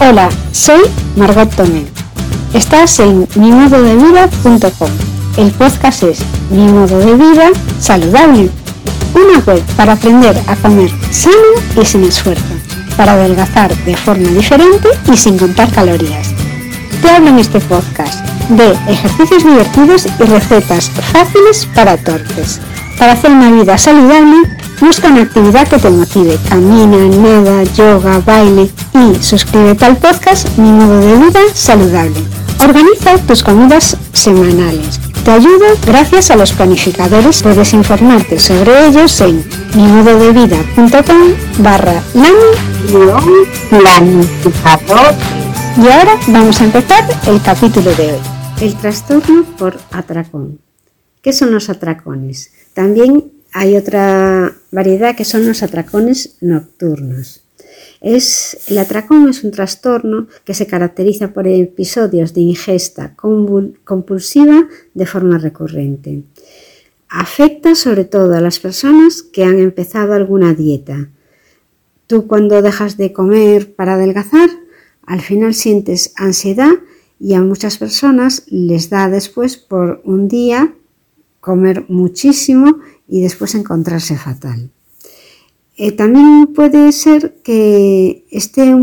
Hola, soy Margot Tomé. Estás en mimododevida.com. El podcast es Mi Modo de Vida Saludable, una web para aprender a comer sano y sin esfuerzo, para adelgazar de forma diferente y sin contar calorías. Te hablo en este podcast de ejercicios divertidos y recetas fáciles para torpes. Para hacer una vida saludable, busca una actividad que te motive. Camina, nada, yoga, baile y suscríbete al podcast Mi Modo de Vida Saludable. Organiza tus comidas semanales. Te ayudo gracias a los planificadores. Puedes informarte sobre ellos en mimododevida.com/planificador. Y ahora vamos a empezar el capítulo de hoy. El trastorno por atracón. ¿Qué son los atracones? También hay otra variedad que son los atracones nocturnos. El atracón es un trastorno que se caracteriza por episodios de ingesta compulsiva de forma recurrente. Afecta sobre todo a las personas que han empezado alguna dieta. Tú, cuando dejas de comer para adelgazar, al final sientes ansiedad y a muchas personas les da después por un día comer muchísimo y después encontrarse fatal. También puede ser que esté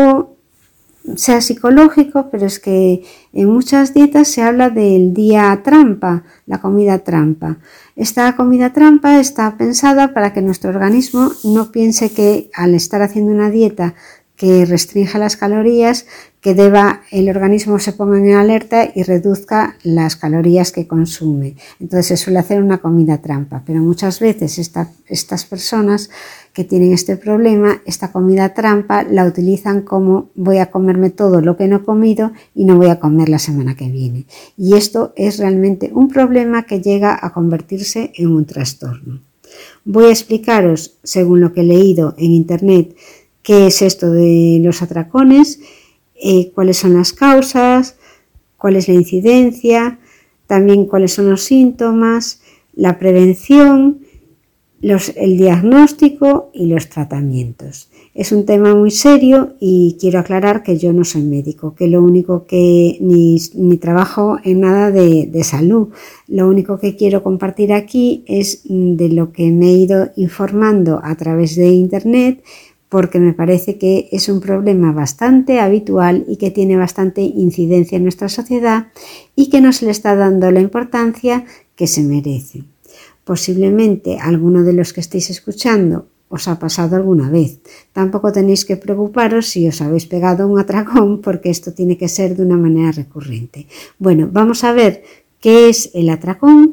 sea psicológico, pero es que en muchas dietas se habla del día trampa, la comida trampa. Esta comida trampa está pensada para que nuestro organismo no piense que al estar haciendo una dieta que restrinja las calorías, que el organismo se ponga en alerta y reduzca las calorías que consume. Entonces se suele hacer una comida trampa, pero muchas veces estas personas que tienen este problema, esta comida trampa la utilizan como: voy a comerme todo lo que no he comido y no voy a comer la semana que viene. Y esto es realmente un problema que llega a convertirse en un trastorno. Voy a explicaros, según lo que he leído en internet, qué es esto de los atracones, cuáles son las causas, cuál es la incidencia, también cuáles son los síntomas, la prevención, el diagnóstico y los tratamientos. Es un tema muy serio y quiero aclarar que yo no soy médico, que lo único que ni trabajo en nada de salud. Lo único que quiero compartir aquí es de lo que me he ido informando a través de internet, porque me parece que es un problema bastante habitual y que tiene bastante incidencia en nuestra sociedad y que no se le está dando la importancia que se merece. Posiblemente alguno de los que estéis escuchando os ha pasado alguna vez. Tampoco tenéis que preocuparos si os habéis pegado un atracón, porque esto tiene que ser de una manera recurrente. Bueno, vamos a ver qué es el atracón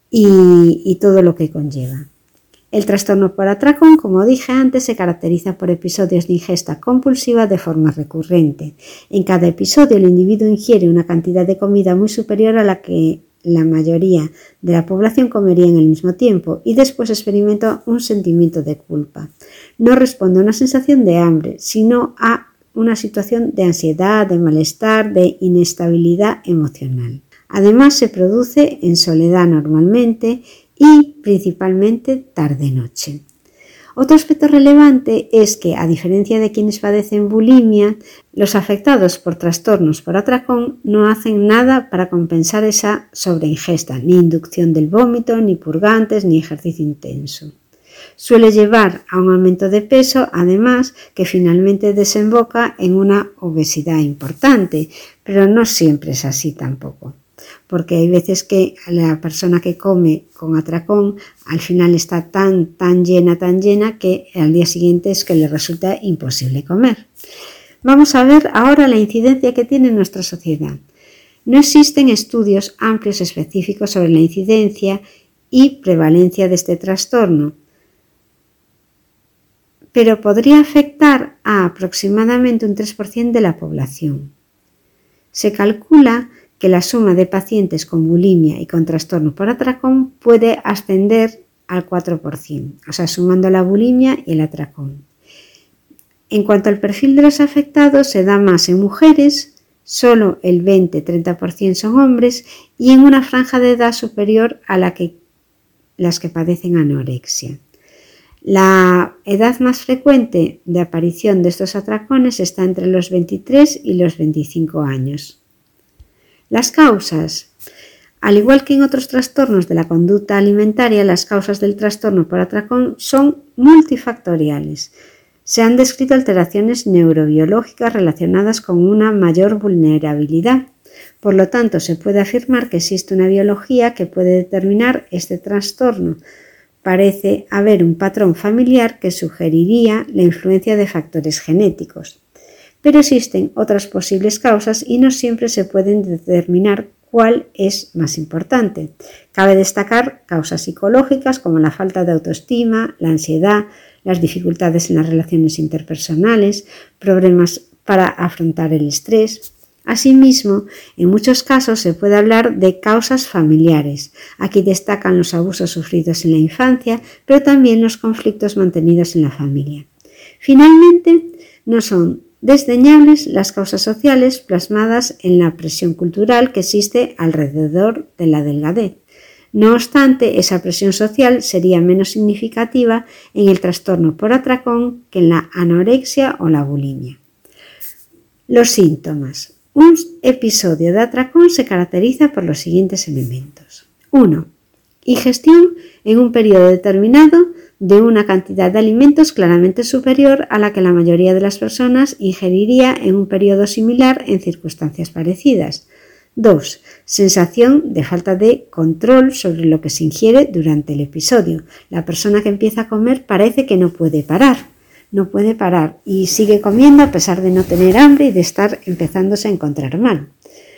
y todo lo que conlleva. El trastorno por atracón, como dije antes, se caracteriza por episodios de ingesta compulsiva de forma recurrente. En cada episodio el individuo ingiere una cantidad de comida muy superior a la que la mayoría de la población comería en el mismo tiempo y después experimenta un sentimiento de culpa. No responde a una sensación de hambre, sino a una situación de ansiedad, de malestar, de inestabilidad emocional. Además, se produce en soledad normalmente y principalmente tarde-noche. Otro aspecto relevante es que, a diferencia de quienes padecen bulimia, los afectados por trastornos por atracón no hacen nada para compensar esa sobreingesta, ni inducción del vómito, ni purgantes, ni ejercicio intenso. Suele llevar a un aumento de peso, además, que finalmente desemboca en una obesidad importante, pero no siempre es así tampoco. Porque hay veces que la persona que come con atracón al final está tan llena que al día siguiente es que le resulta imposible comer. Vamos a ver ahora la incidencia que tiene en nuestra sociedad. No existen estudios amplios específicos sobre la incidencia y prevalencia de este trastorno, pero podría afectar a aproximadamente un 3% de la población. Se calcula que la suma de pacientes con bulimia y con trastorno por atracón puede ascender al 4%, o sea, sumando la bulimia y el atracón. En cuanto al perfil de los afectados, se da más en mujeres, solo el 20-30% son hombres, y en una franja de edad superior a las que padecen anorexia. La edad más frecuente de aparición de estos atracones está entre los 23 y los 25 años. Las causas. Al igual que en otros trastornos de la conducta alimentaria, las causas del trastorno por atracón son multifactoriales. Se han descrito alteraciones neurobiológicas relacionadas con una mayor vulnerabilidad. Por lo tanto, se puede afirmar que existe una biología que puede determinar este trastorno. Parece haber un patrón familiar que sugeriría la influencia de factores genéticos. Pero existen otras posibles causas y no siempre se pueden determinar cuál es más importante. Cabe destacar causas psicológicas como la falta de autoestima, la ansiedad, las dificultades en las relaciones interpersonales, problemas para afrontar el estrés. Asimismo, en muchos casos se puede hablar de causas familiares. Aquí destacan los abusos sufridos en la infancia, pero también los conflictos mantenidos en la familia. Finalmente, no son desdeñables las causas sociales plasmadas en la presión cultural que existe alrededor de la delgadez. No obstante, esa presión social sería menos significativa en el trastorno por atracón que en la anorexia o la bulimia. Los síntomas. Un episodio de atracón se caracteriza por los siguientes elementos. 1. Ingestión en un periodo determinado de una cantidad de alimentos claramente superior a la que la mayoría de las personas ingeriría en un periodo similar en circunstancias parecidas. 2. Sensación de falta de control sobre lo que se ingiere durante el episodio. La persona que empieza a comer parece que no puede parar y sigue comiendo a pesar de no tener hambre y de estar empezándose a encontrar mal.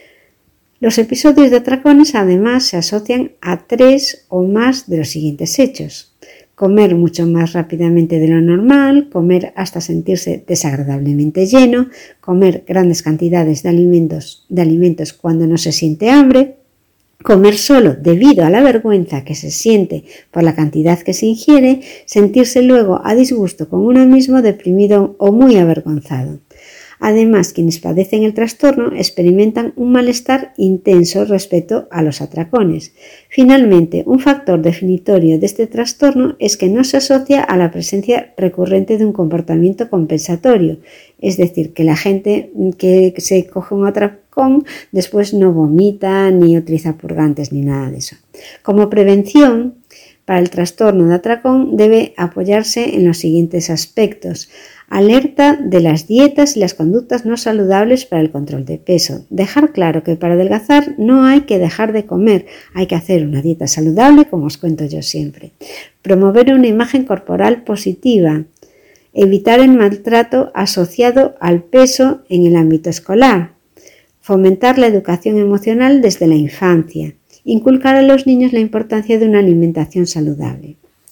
Los episodios de atracones además se asocian a 3 o más de los siguientes hechos. Comer mucho más rápidamente de lo normal, comer hasta sentirse desagradablemente lleno, comer grandes cantidades de alimentos cuando no se siente hambre, comer solo debido a la vergüenza que se siente por la cantidad que se ingiere, sentirse luego a disgusto con uno mismo, deprimido o muy avergonzado. Además, quienes padecen el trastorno experimentan un malestar intenso respecto a los atracones. Finalmente, un factor definitorio de este trastorno es que no se asocia a la presencia recurrente de un comportamiento compensatorio, es decir, que la gente que se coge un atracón después no vomita ni utiliza purgantes ni nada de eso. Como prevención, para el trastorno de atracón debe apoyarse en los siguientes aspectos. Alerta de las dietas y las conductas no saludables para el control de peso. Dejar claro que para adelgazar no hay que dejar de comer, hay que hacer una dieta saludable, como os cuento yo siempre. Promover una imagen corporal positiva. Evitar el maltrato asociado al peso en el ámbito escolar. Fomentar la educación emocional desde la infancia. Inculcar a los niños la importancia de una alimentación saludable.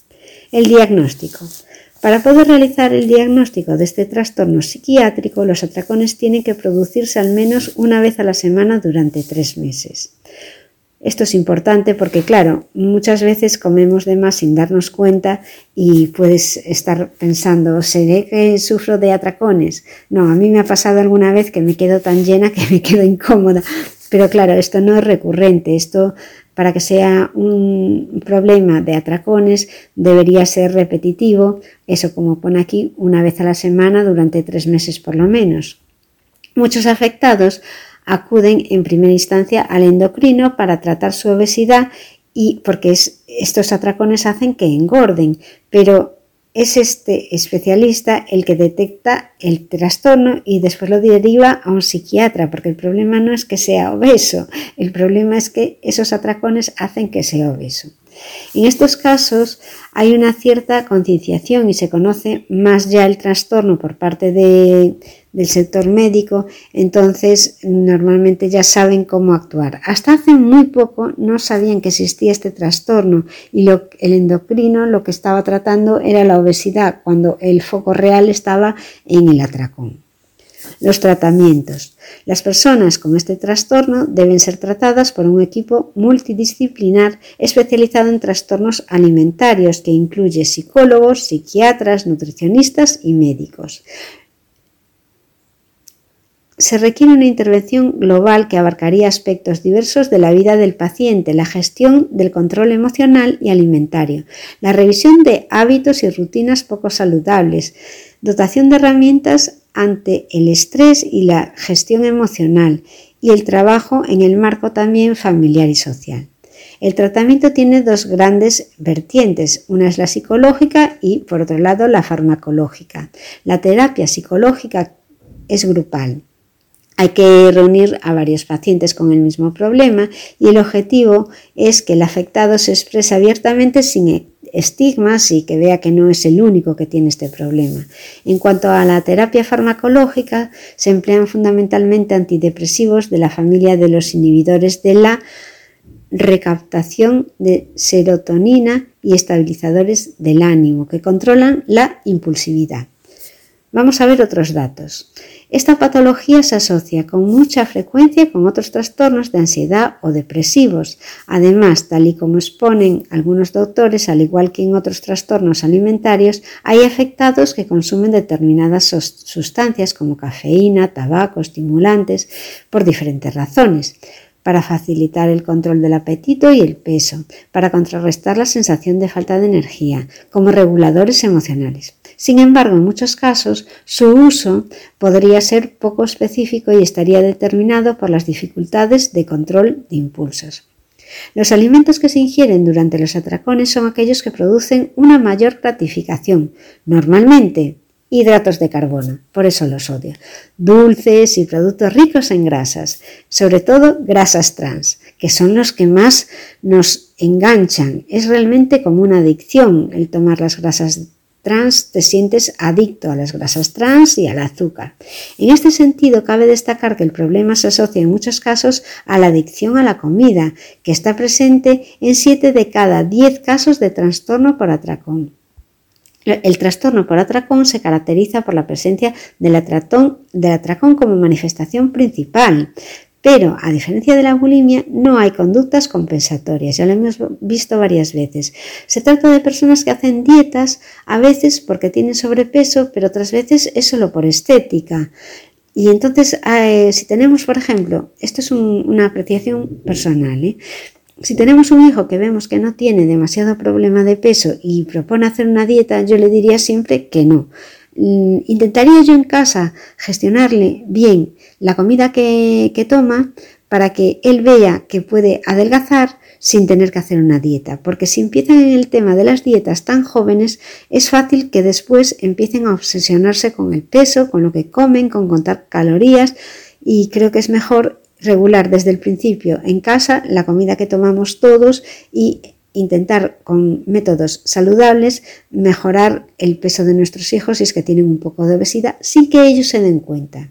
El diagnóstico. Para poder realizar el diagnóstico de este trastorno psiquiátrico, los atracones tienen que producirse al menos una vez a la semana durante 3 meses. Esto es importante porque, claro, muchas veces comemos de más sin darnos cuenta y puedes estar pensando, ¿seré que sufro de atracones? No, a mí me ha pasado alguna vez que me quedo tan llena que me quedo incómoda. Pero claro, esto no es recurrente. Esto, para que sea un problema de atracones, debería ser repetitivo. Eso, como pone aquí, una vez a la semana durante 3 meses por lo menos. Muchos afectados acuden en primera instancia al endocrino para tratar su obesidad y porque estos atracones hacen que engorden, pero es este especialista el que detecta el trastorno y después lo deriva a un psiquiatra, porque el problema no es que sea obeso, el problema es que esos atracones hacen que sea obeso. En estos casos hay una cierta concienciación y se conoce más ya el trastorno por parte del sector médico, entonces normalmente ya saben cómo actuar. Hasta hace muy poco no sabían que existía este trastorno y el endocrino lo que estaba tratando era la obesidad, cuando el foco real estaba en el atracón. Los tratamientos. Las personas con este trastorno deben ser tratadas por un equipo multidisciplinar especializado en trastornos alimentarios que incluye psicólogos, psiquiatras, nutricionistas y médicos. se requiere una intervención global que abarcaría aspectos diversos de la vida del paciente, la gestión del control emocional y alimentario, la revisión de hábitos y rutinas poco saludables, dotación de herramientas ante el estrés y la gestión emocional y el trabajo en el marco también familiar y social. El tratamiento tiene dos grandes vertientes, una es la psicológica y por otro lado la farmacológica. La terapia psicológica es grupal. Hay que reunir a varios pacientes con el mismo problema y el objetivo es que el afectado se exprese abiertamente sin estigmas y que vea que no es el único que tiene este problema. En cuanto a la terapia farmacológica, se emplean fundamentalmente antidepresivos de la familia de los inhibidores de la recaptación de serotonina y estabilizadores del ánimo que controlan la impulsividad. Vamos a ver otros datos. Esta patología se asocia con mucha frecuencia con otros trastornos de ansiedad o depresivos. Además, tal y como exponen algunos doctores, al igual que en otros trastornos alimentarios, hay afectados que consumen determinadas sustancias como cafeína, tabaco, estimulantes, por diferentes razones. Para facilitar el control del apetito y el peso, para contrarrestar la sensación de falta de energía, como reguladores emocionales. Sin embargo, en muchos casos, su uso podría ser poco específico y estaría determinado por las dificultades de control de impulsos. Los alimentos que se ingieren durante los atracones son aquellos que producen una mayor gratificación, normalmente hidratos de carbono, por eso los odio, dulces y productos ricos en grasas, sobre todo grasas trans, que son los que más nos enganchan. Es realmente como una adicción el tomar las grasas trans, te sientes adicto a las grasas trans y al azúcar. En este sentido, cabe destacar que el problema se asocia en muchos casos a la adicción a la comida, que está presente en 7 de cada 10 casos de trastorno por atracón. El trastorno por atracón se caracteriza por la presencia del atracón como manifestación principal, pero a diferencia de la bulimia no hay conductas compensatorias, ya lo hemos visto varias veces. Se trata de personas que hacen dietas a veces porque tienen sobrepeso, pero otras veces es solo por estética. Y entonces, si tenemos, por ejemplo, esto es una apreciación personal, si tenemos un hijo que vemos que no tiene demasiado problema de peso y propone hacer una dieta, yo le diría siempre que no. Intentaría yo en casa gestionarle bien la comida que toma para que él vea que puede adelgazar sin tener que hacer una dieta, porque si empiezan en el tema de las dietas tan jóvenes, es fácil que después empiecen a obsesionarse con el peso, con lo que comen, con contar calorías, y creo que es mejor regular desde el principio en casa la comida que tomamos todos y intentar con métodos saludables mejorar el peso de nuestros hijos si es que tienen un poco de obesidad sin que ellos se den cuenta.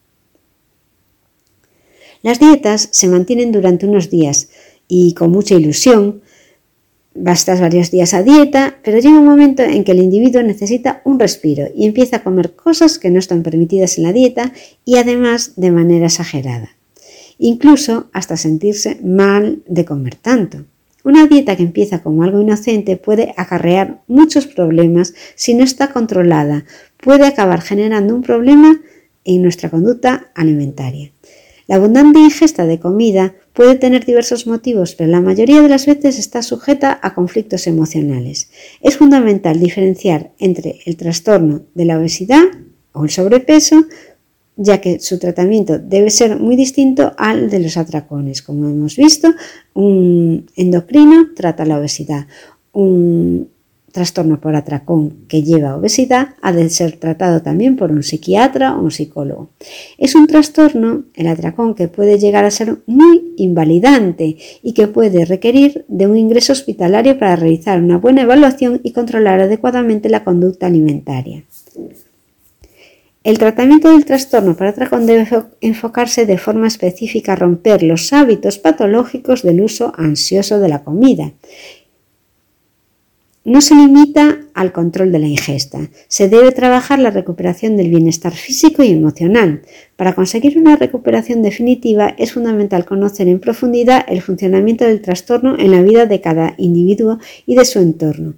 Las dietas se mantienen durante unos días y con mucha ilusión. Bastas varios días a dieta, pero llega un momento en que el individuo necesita un respiro y empieza a comer cosas que no están permitidas en la dieta y además de manera exagerada. Incluso hasta sentirse mal de comer tanto. Una dieta que empieza como algo inocente puede acarrear muchos problemas si no está controlada, puede acabar generando un problema en nuestra conducta alimentaria. La abundante ingesta de comida puede tener diversos motivos, pero la mayoría de las veces está sujeta a conflictos emocionales. Es fundamental diferenciar entre el trastorno de la obesidad o el sobrepeso, ya que su tratamiento debe ser muy distinto al de los atracones. Como hemos visto, un endocrino trata la obesidad, un trastorno por atracón que lleva obesidad ha de ser tratado también por un psiquiatra o un psicólogo. Es un trastorno, el atracón, que puede llegar a ser muy invalidante y que puede requerir de un ingreso hospitalario para realizar una buena evaluación y controlar adecuadamente la conducta alimentaria. El tratamiento del trastorno por atracón debe enfocarse de forma específica a romper los hábitos patológicos del uso ansioso de la comida. No se limita al control de la ingesta, se debe trabajar la recuperación del bienestar físico y emocional. Para conseguir una recuperación definitiva es fundamental conocer en profundidad el funcionamiento del trastorno en la vida de cada individuo y de su entorno.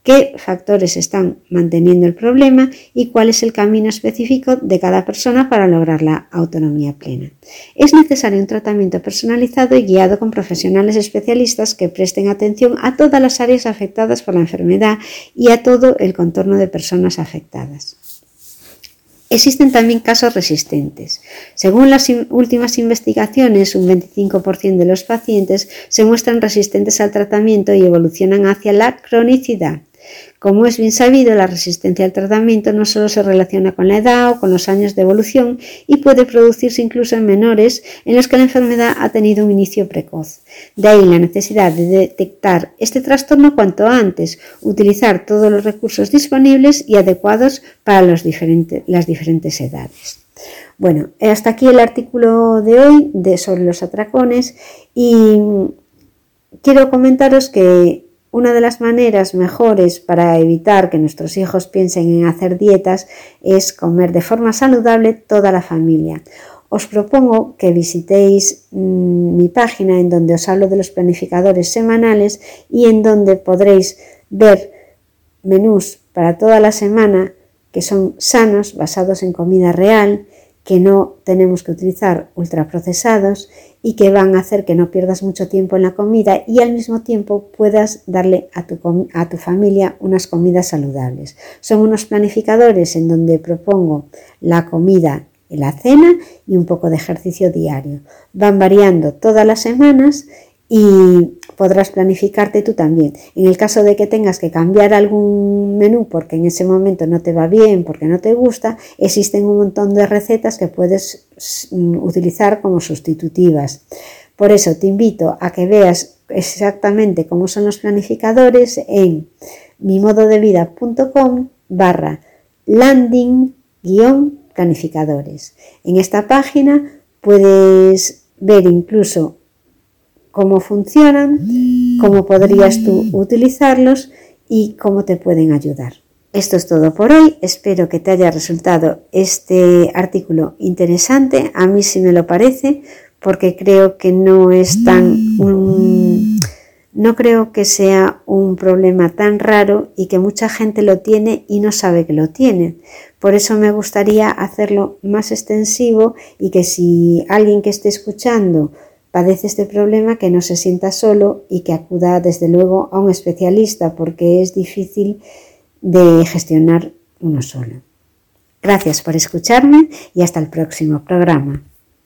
qué factores están manteniendo el problema y cuál es el camino específico de cada persona para lograr la autonomía plena. Es necesario un tratamiento personalizado y guiado con profesionales especialistas que presten atención a todas las áreas afectadas por la enfermedad y a todo el contorno de personas afectadas. Existen también casos resistentes. Según las últimas investigaciones, un 25% de los pacientes se muestran resistentes al tratamiento y evolucionan hacia la cronicidad. Como es bien sabido, la resistencia al tratamiento no solo se relaciona con la edad o con los años de evolución y puede producirse incluso en menores en los que la enfermedad ha tenido un inicio precoz. De ahí la necesidad de detectar este trastorno cuanto antes, utilizar todos los recursos disponibles y adecuados para las diferentes edades. Bueno, hasta aquí el artículo de hoy sobre los atracones y quiero comentaros que una de las maneras mejores para evitar que nuestros hijos piensen en hacer dietas es comer de forma saludable toda la familia. Os propongo que visitéis mi página en donde os hablo de los planificadores semanales y en donde podréis ver menús para toda la semana que son sanos, basados en comida real, que no tenemos que utilizar ultraprocesados y que van a hacer que no pierdas mucho tiempo en la comida y al mismo tiempo puedas darle a tu familia unas comidas saludables. Son unos planificadores en donde propongo la comida y la cena y un poco de ejercicio diario. Van variando todas las semanas y podrás planificarte tú también. En el caso de que tengas que cambiar algún menú porque en ese momento no te va bien, porque no te gusta, existen un montón de recetas que puedes utilizar como sustitutivas. Por eso te invito a que veas exactamente cómo son los planificadores en mimododevida.com/landing-planificadores. En esta página puedes ver incluso cómo funcionan, cómo podrías tú utilizarlos y cómo te pueden ayudar. Esto es todo por hoy. Espero que te haya resultado este artículo interesante. A mí sí me lo parece, porque creo que no creo que sea un problema tan raro y que mucha gente lo tiene y no sabe que lo tiene. Por eso me gustaría hacerlo más extensivo y que si alguien que esté escuchando padece este problema, que no se sienta solo y que acuda desde luego a un especialista porque es difícil de gestionar uno solo. Gracias por escucharme y hasta el próximo programa.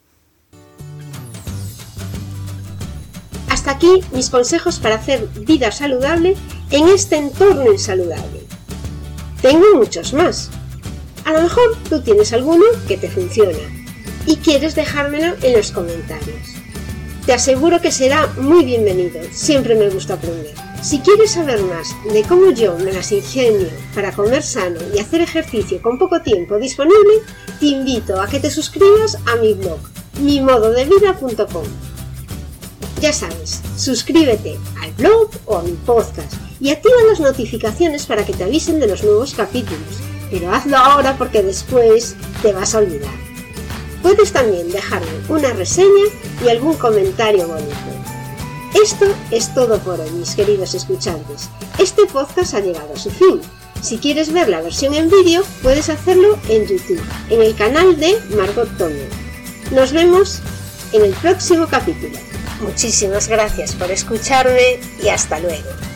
Hasta aquí mis consejos para hacer vida saludable en este entorno insaludable. Tengo muchos más. A lo mejor tú tienes alguno que te funciona y quieres dejármelo en los comentarios. Te aseguro que será muy bienvenido, siempre me gusta aprender. Si quieres saber más de cómo yo me las ingenio para comer sano y hacer ejercicio con poco tiempo disponible, te invito a que te suscribas a mi blog, mimododevida.com. Ya sabes, suscríbete al blog o a mi podcast y activa las notificaciones para que te avisen de los nuevos capítulos, pero hazlo ahora porque después te vas a olvidar. Puedes también dejarme una reseña y algún comentario bonito. Esto es todo por hoy, mis queridos escuchantes. Este podcast ha llegado a su fin. Si quieres ver la versión en vídeo, puedes hacerlo en YouTube, en el canal de Margot Toño. Nos vemos en el próximo capítulo. Muchísimas gracias por escucharme y hasta luego.